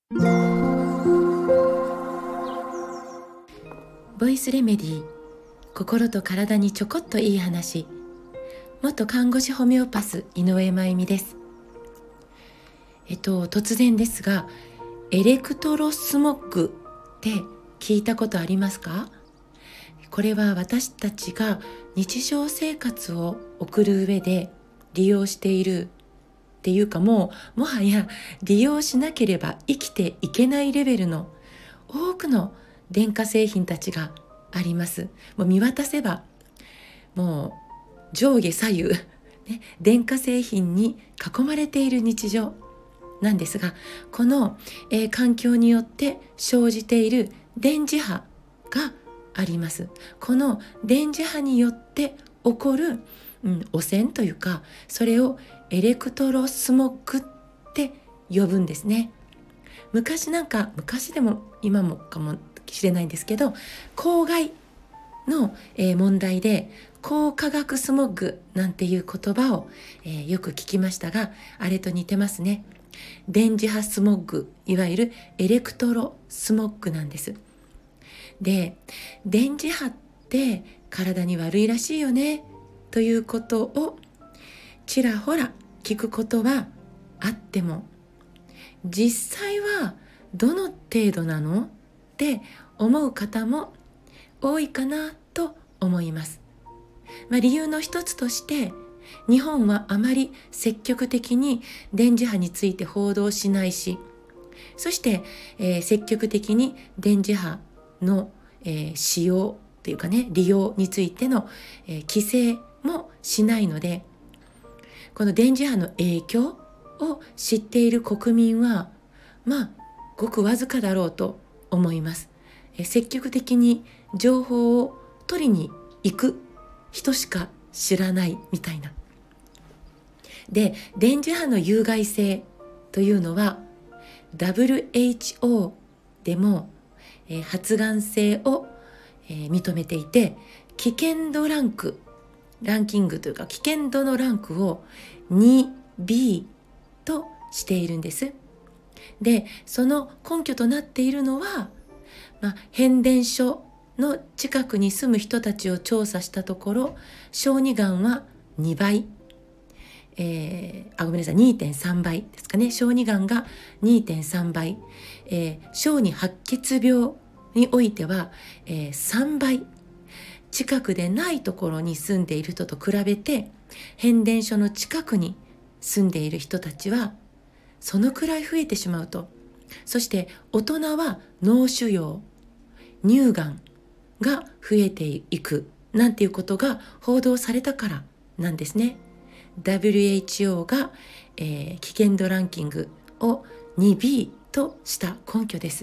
ボイスレメディー、心と体にちょこっといい話。元看護師ホメオパス井上真由美です。突然ですが、エレクトロスモッグって聞いたことありますか？これは私たちが日常生活を送る上で利用しているっていうか、もはや利用しなければ生きていけないレベルの多くの電化製品たちがあります。もう見渡せばもう上下左右、電化製品に囲まれている日常なんですが、この、環境によって生じている電磁波があります。この電磁波によって起こる、汚染というか、それをエレクトロスモッグって呼ぶんですね。昔でも今もかもしれないんですけど、公害の、問題で高化学スモッグなんていう言葉を、よく聞きましたが、あれと似てますね。電磁波スモッグ、いわゆるエレクトロスモッグなんです。で、電磁波って体に悪いらしいよねということをちらほら聞くことはあっても、実際はどの程度なのって思う方も多いかなと思います。理由の一つとして、日本はあまり積極的に電磁波について報道しないし、そして、積極的に電磁波の、使用というか利用についての、規制もしないので、この電磁波の影響を知っている国民はごくわずかだろうと思います。積極的に情報を取りに行く人しか知らないみたいな。で、電磁波の有害性というのは WHO でも、発がん性を、認めていて、危険度ランキングというか危険度のランクを 2B としているんです。で、その根拠となっているのは、変電所の近くに住む人たちを調査したところ、小児がんは2倍、2.3 倍ですかね。小児がんが 2.3 倍、小児白血病においては、3倍、近くでないところに住んでいる人と比べて、変電所の近くに住んでいる人たちはそのくらい増えてしまうと。そして大人は脳腫瘍、乳がんが増えていくなんていうことが報道されたからなんですね。WHO が、危険度ランキングを 2B とした根拠です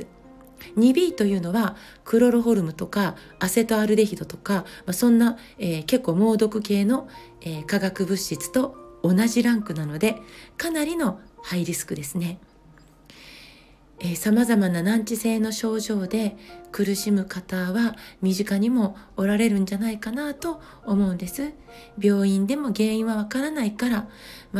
。2B というのはクロロホルムとかアセトアルデヒドとか、そんな、結構猛毒系の、化学物質と同じランクなので、かなりのハイリスクですね。様々な難治性の症状で苦しむ方は身近にもおられるんじゃないかなと思うんです。病院でも原因はわからないから、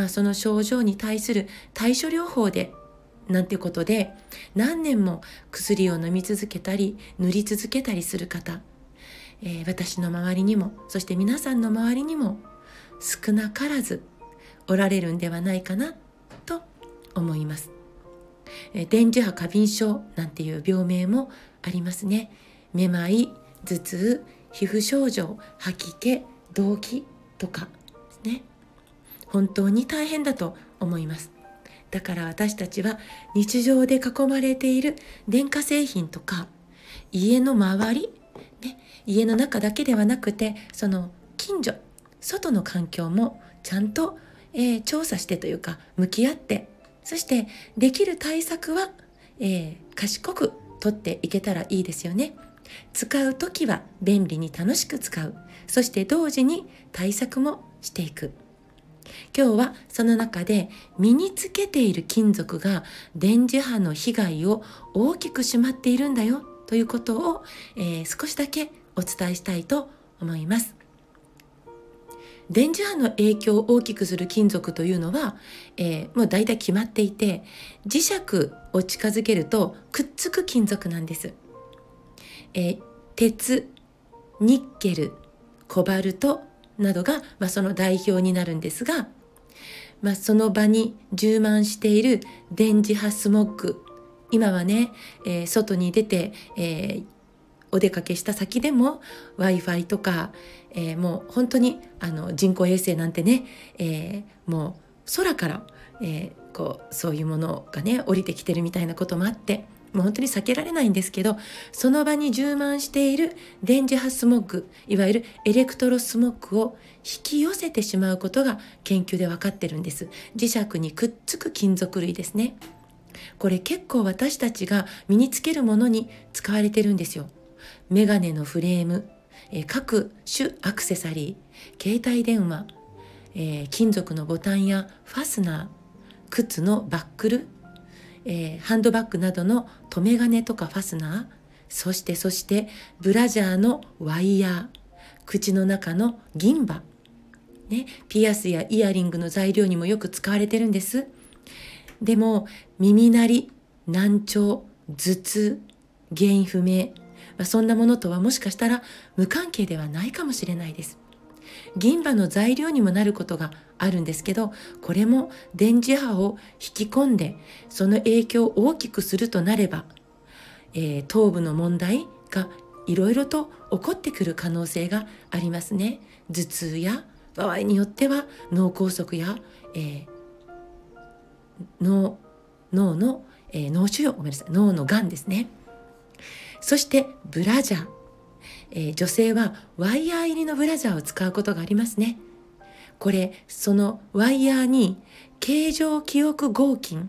その症状に対する対処療法でなんていうことで何年も薬を飲み続けたり塗り続けたりする方、私の周りにも、そして皆さんの周りにも少なからずおられるんではないかなと思います。電磁波過敏症なんていう病名もありますね。めまい、頭痛、皮膚症状、吐き気、動悸とかですね。本当に大変だと思います。だから私たちは日常で囲まれている電化製品とか、家の周り、家の中だけではなくて、その近所、外の環境もちゃんと、調査してというか向き合って、そしてできる対策は、賢く取っていけたらいいですよね。使うときは便利に楽しく使う。そして同時に対策もしていく。今日はその中で身につけている金属が電磁波の被害を大きくしまっているんだよということを、少しだけお伝えしたいと思います。 電磁波の影響を大きくする金属というのは、もう大体決まっていて、磁石を近づけるとくっつく金属なんです。鉄、ニッケル、コバルトなどが、その代表になるんですが、その場に充満している電磁波スモッグ、今はね、外に出て、お出かけした先でも Wi-Fi とか、もう本当に人工衛星なんてね、もう空から、そういうものがね降りてきてるみたいなこともあって、もう本当に避けられないんですけど、その場に充満している電磁波スモッグ、いわゆるエレクトロスモッグを引き寄せてしまうことが研究で分かってるんです。磁石にくっつく金属類ですね。これ結構私たちが身につけるものに使われてるんですよ。メガネのフレーム、各種アクセサリー、携帯電話、金属のボタンやファスナー、靴のバックル、ハンドバッグなどの留め金とかファスナー、そしてブラジャーのワイヤー、口の中の銀歯、ピアスやイヤリングの材料にもよく使われてるんです。でも耳鳴り、難聴、頭痛、原因不明、そんなものとはもしかしたら無関係ではないかもしれないです。銀歯の材料にもなることがあるんですけど、これも電磁波を引き込んでその影響を大きくするとなれば、頭部の問題がいろいろと起こってくる可能性がありますね。頭痛や場合によっては脳梗塞や、脳の、脳腫瘍、脳のがんですね。そしてブラジャー、女性はワイヤー入りのブラジャーを使うことがありますね。これそのワイヤーに形状記憶合金、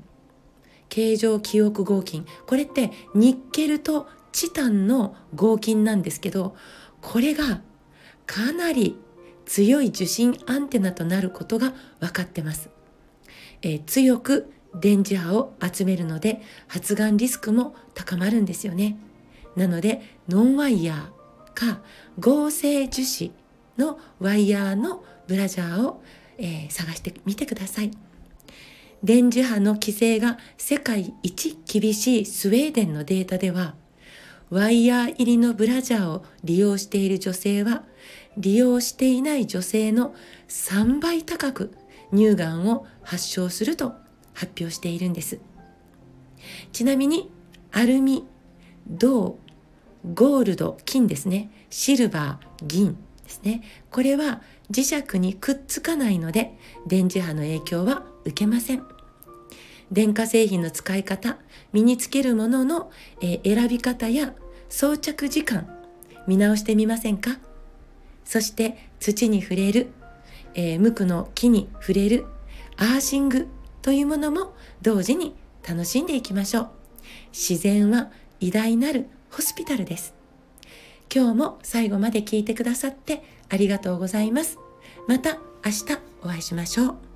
これってニッケルとチタンの合金なんですけど、これがかなり強い受信アンテナとなることが分かってます。強く電磁波を集めるので発がんリスクも高まるんですよね。なのでノンワイヤーか合成樹脂のワイヤーのブラジャーを、探してみてください。電磁波の規制が世界一厳しいスウェーデンのデータでは、ワイヤー入りのブラジャーを利用している女性は利用していない女性の3倍高く乳がんを発症すると発表しているんです。ちなみにアルミ、銅、ゴールド、金ですね、シルバー、銀ですね、これは磁石にくっつかないので電磁波の影響は受けません。電化製品の使い方、身につけるものの、選び方や装着時間見直してみませんか。そして土に触れる、無垢の木に触れるアーシングというものも同時に楽しんでいきましょう。自然は偉大なるホスピタルです。今日も最後まで聞いてくださってありがとうございます。また明日お会いしましょう。